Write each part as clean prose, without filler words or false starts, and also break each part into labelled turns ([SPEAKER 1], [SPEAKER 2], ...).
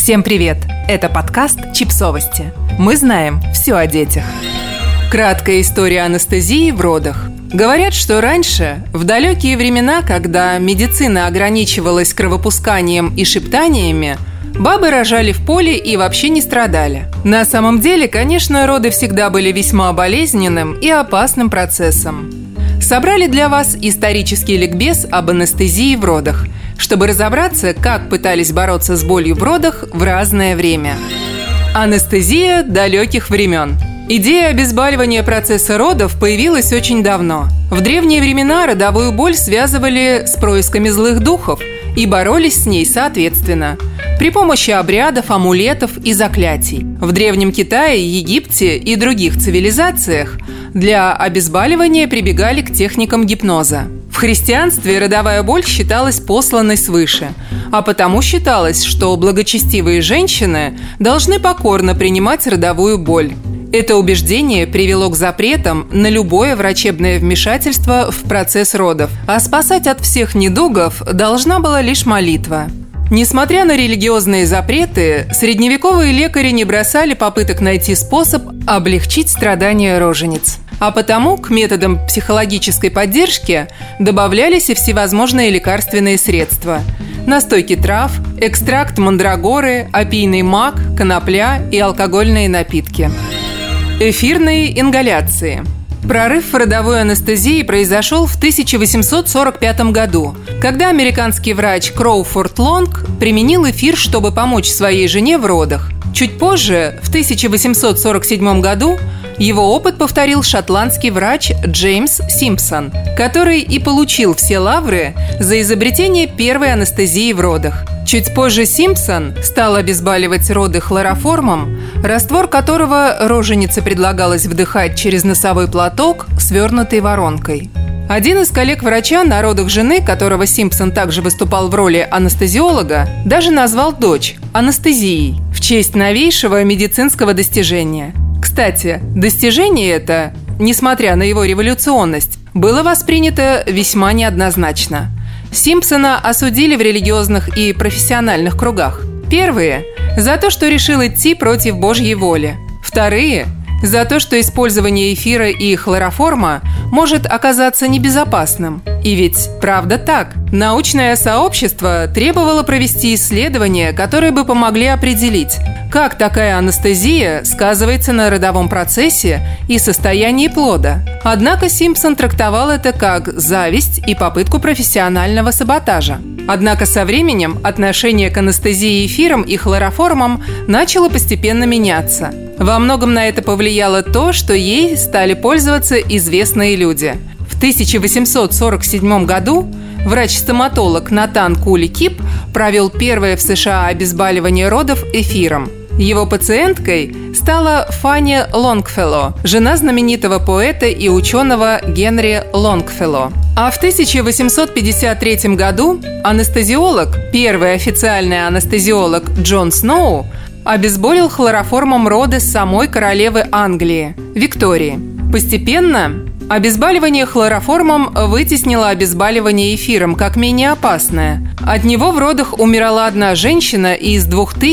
[SPEAKER 1] Всем привет! Это подкаст «Чипсовости». Мы знаем все о детях. Краткая история анестезии в родах. Говорят, что раньше, в далекие времена, когда медицина ограничивалась кровопусканием и шептаниями, бабы рожали в поле и вообще не страдали. На самом деле, конечно, роды всегда были весьма болезненным и опасным процессом. Собрали для вас исторический ликбез об анестезии в родах, чтобы разобраться, как пытались бороться с болью в родах в разное время. Анестезия далеких времен. Идея обезболивания процесса родов появилась очень давно. В древние времена родовую боль связывали с происками злых духов и боролись с ней соответственно при помощи обрядов, амулетов и заклятий. В Древнем Китае, Египте и других цивилизациях для обезболивания прибегали к техникам гипноза. В христианстве родовая боль считалась посланной свыше, а потому считалось, что благочестивые женщины должны покорно принимать родовую боль. Это убеждение привело к запретам на любое врачебное вмешательство в процесс родов, а спасать от всех недугов должна была лишь молитва. Несмотря на религиозные запреты, средневековые лекари не бросали попыток найти способ облегчить страдания рожениц. А потому к методам психологической поддержки добавлялись и всевозможные лекарственные средства – настойки трав, экстракт мандрагоры, опийный мак, конопля и алкогольные напитки. Эфирные ингаляции. Прорыв в родовой анестезии произошел в 1845 году, когда американский врач Кроуфорд Лонг применил эфир, чтобы помочь своей жене в родах. Чуть позже, в 1847 году, его опыт повторил шотландский врач Джеймс Симпсон, который и получил все лавры за изобретение первой анестезии в родах. Чуть позже Симпсон стал обезболивать роды хлороформом, раствор которого роженице предлагалось вдыхать через носовой платок, свернутый воронкой. Один из коллег врача на родах жены, которого Симпсон также выступал в роли анестезиолога, даже назвал дочь анестезией в честь новейшего медицинского достижения. Кстати, достижение это, несмотря на его революционность, было воспринято весьма неоднозначно. Симпсона осудили в религиозных и профессиональных кругах. Первые – за то, что решил идти против Божьей воли. Вторые – за то, что использование эфира и хлороформа может оказаться небезопасным. И ведь правда так. Научное сообщество требовало провести исследования, которые бы помогли определить, как такая анестезия сказывается на родовом процессе и состоянии плода. Однако Симпсон трактовал это как зависть и попытку профессионального саботажа. Однако со временем отношение к анестезии эфиром и хлороформом начало постепенно меняться. Во многом на это повлияло то, что ей стали пользоваться известные люди. В 1847 году врач-стоматолог Натан Кули Кип провел первое в США обезболивание родов эфиром. Его пациенткой стала Фанни Лонгфелло, жена знаменитого поэта и ученого Генри Лонгфелло. А в 1853 году анестезиолог, первый официальный анестезиолог Джон Сноу, обезболил хлороформом роды самой королевы Англии, Виктории. Постепенно обезболивание хлороформом вытеснило обезболивание эфиром как менее опасное. От него в родах умерла одна женщина из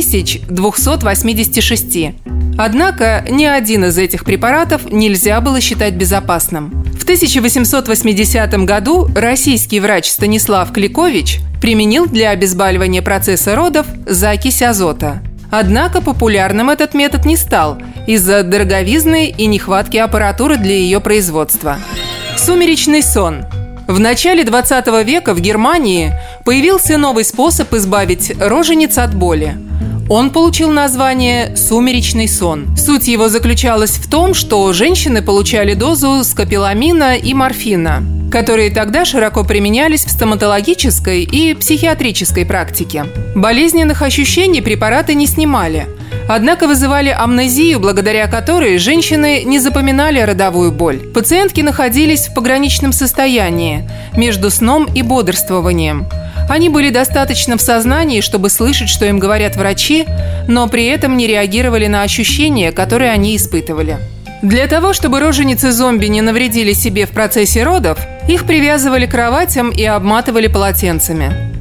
[SPEAKER 1] 2286. Однако ни один из этих препаратов нельзя было считать безопасным. В 1880 году российский врач Станислав Кликович применил для обезболивания процесса родов закись азота. Однако популярным этот метод не стал из-за дороговизны и нехватки аппаратуры для ее производства. Сумеречный сон. В начале 20 века в Германии появился новый способ избавить рожениц от боли. Он получил название «сумеречный сон». Суть его заключалась в том, что женщины получали дозу скополамина и морфина, которые тогда широко применялись в стоматологической и психиатрической практике. Болезненных ощущений препараты не снимали, однако вызывали амнезию, благодаря которой женщины не запоминали родовую боль. Пациентки находились в пограничном состоянии между сном и бодрствованием. Они были достаточно в сознании, чтобы слышать, что им говорят врачи, но при этом не реагировали на ощущения, которые они испытывали. Для того, чтобы роженицы-зомби не навредили себе в процессе родов, их привязывали к кроватям и обматывали полотенцами.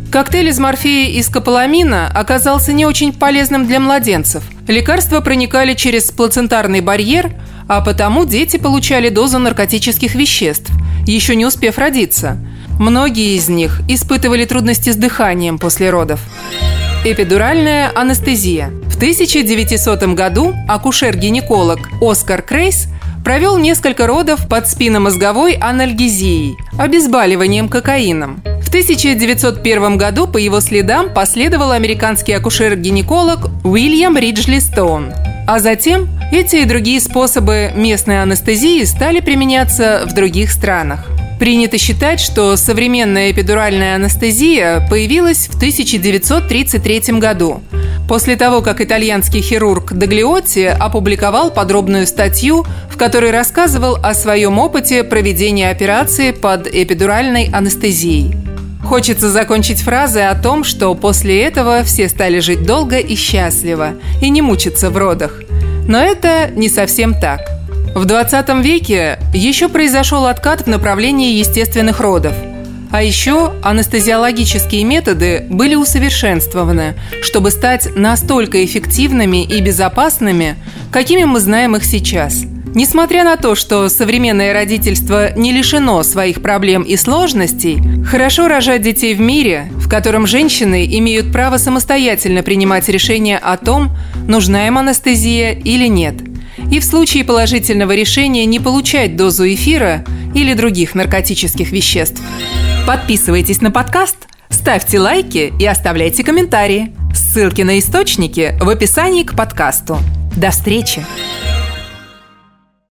[SPEAKER 1] Коктейль из морфия и скополамина оказался не очень полезным для младенцев. Лекарства проникали через плацентарный барьер, а потому дети получали дозу наркотических веществ, еще не успев родиться. Многие из них испытывали трудности с дыханием после родов. Эпидуральная анестезия. В 1900 году акушер-гинеколог Оскар Крейс провел несколько родов под спинномозговой анальгезией, обезболиванием кокаином. В 1901 году по его следам последовал американский акушер-гинеколог Уильям Риджли Стоун. А затем эти и другие способы местной анестезии стали применяться в других странах. Принято считать, что современная эпидуральная анестезия появилась в 1933 году, после того, как итальянский хирург Доглиотти опубликовал подробную статью, в которой рассказывал о своем опыте проведения операции под эпидуральной анестезией. Хочется закончить фразой о том, что после этого все стали жить долго и счастливо и не мучиться в родах. Но это не совсем так. В 20 веке еще произошел откат в направлении естественных родов. А еще анестезиологические методы были усовершенствованы, чтобы стать настолько эффективными и безопасными, какими мы знаем их сейчас. Несмотря на то, что современное родительство не лишено своих проблем и сложностей, хорошо рожать детей в мире, в котором женщины имеют право самостоятельно принимать решение о том, нужна им анестезия или нет. И в случае положительного решения не получать дозу эфира или других наркотических веществ. Подписывайтесь на подкаст, ставьте лайки и оставляйте комментарии. Ссылки на источники в описании к подкасту. До встречи!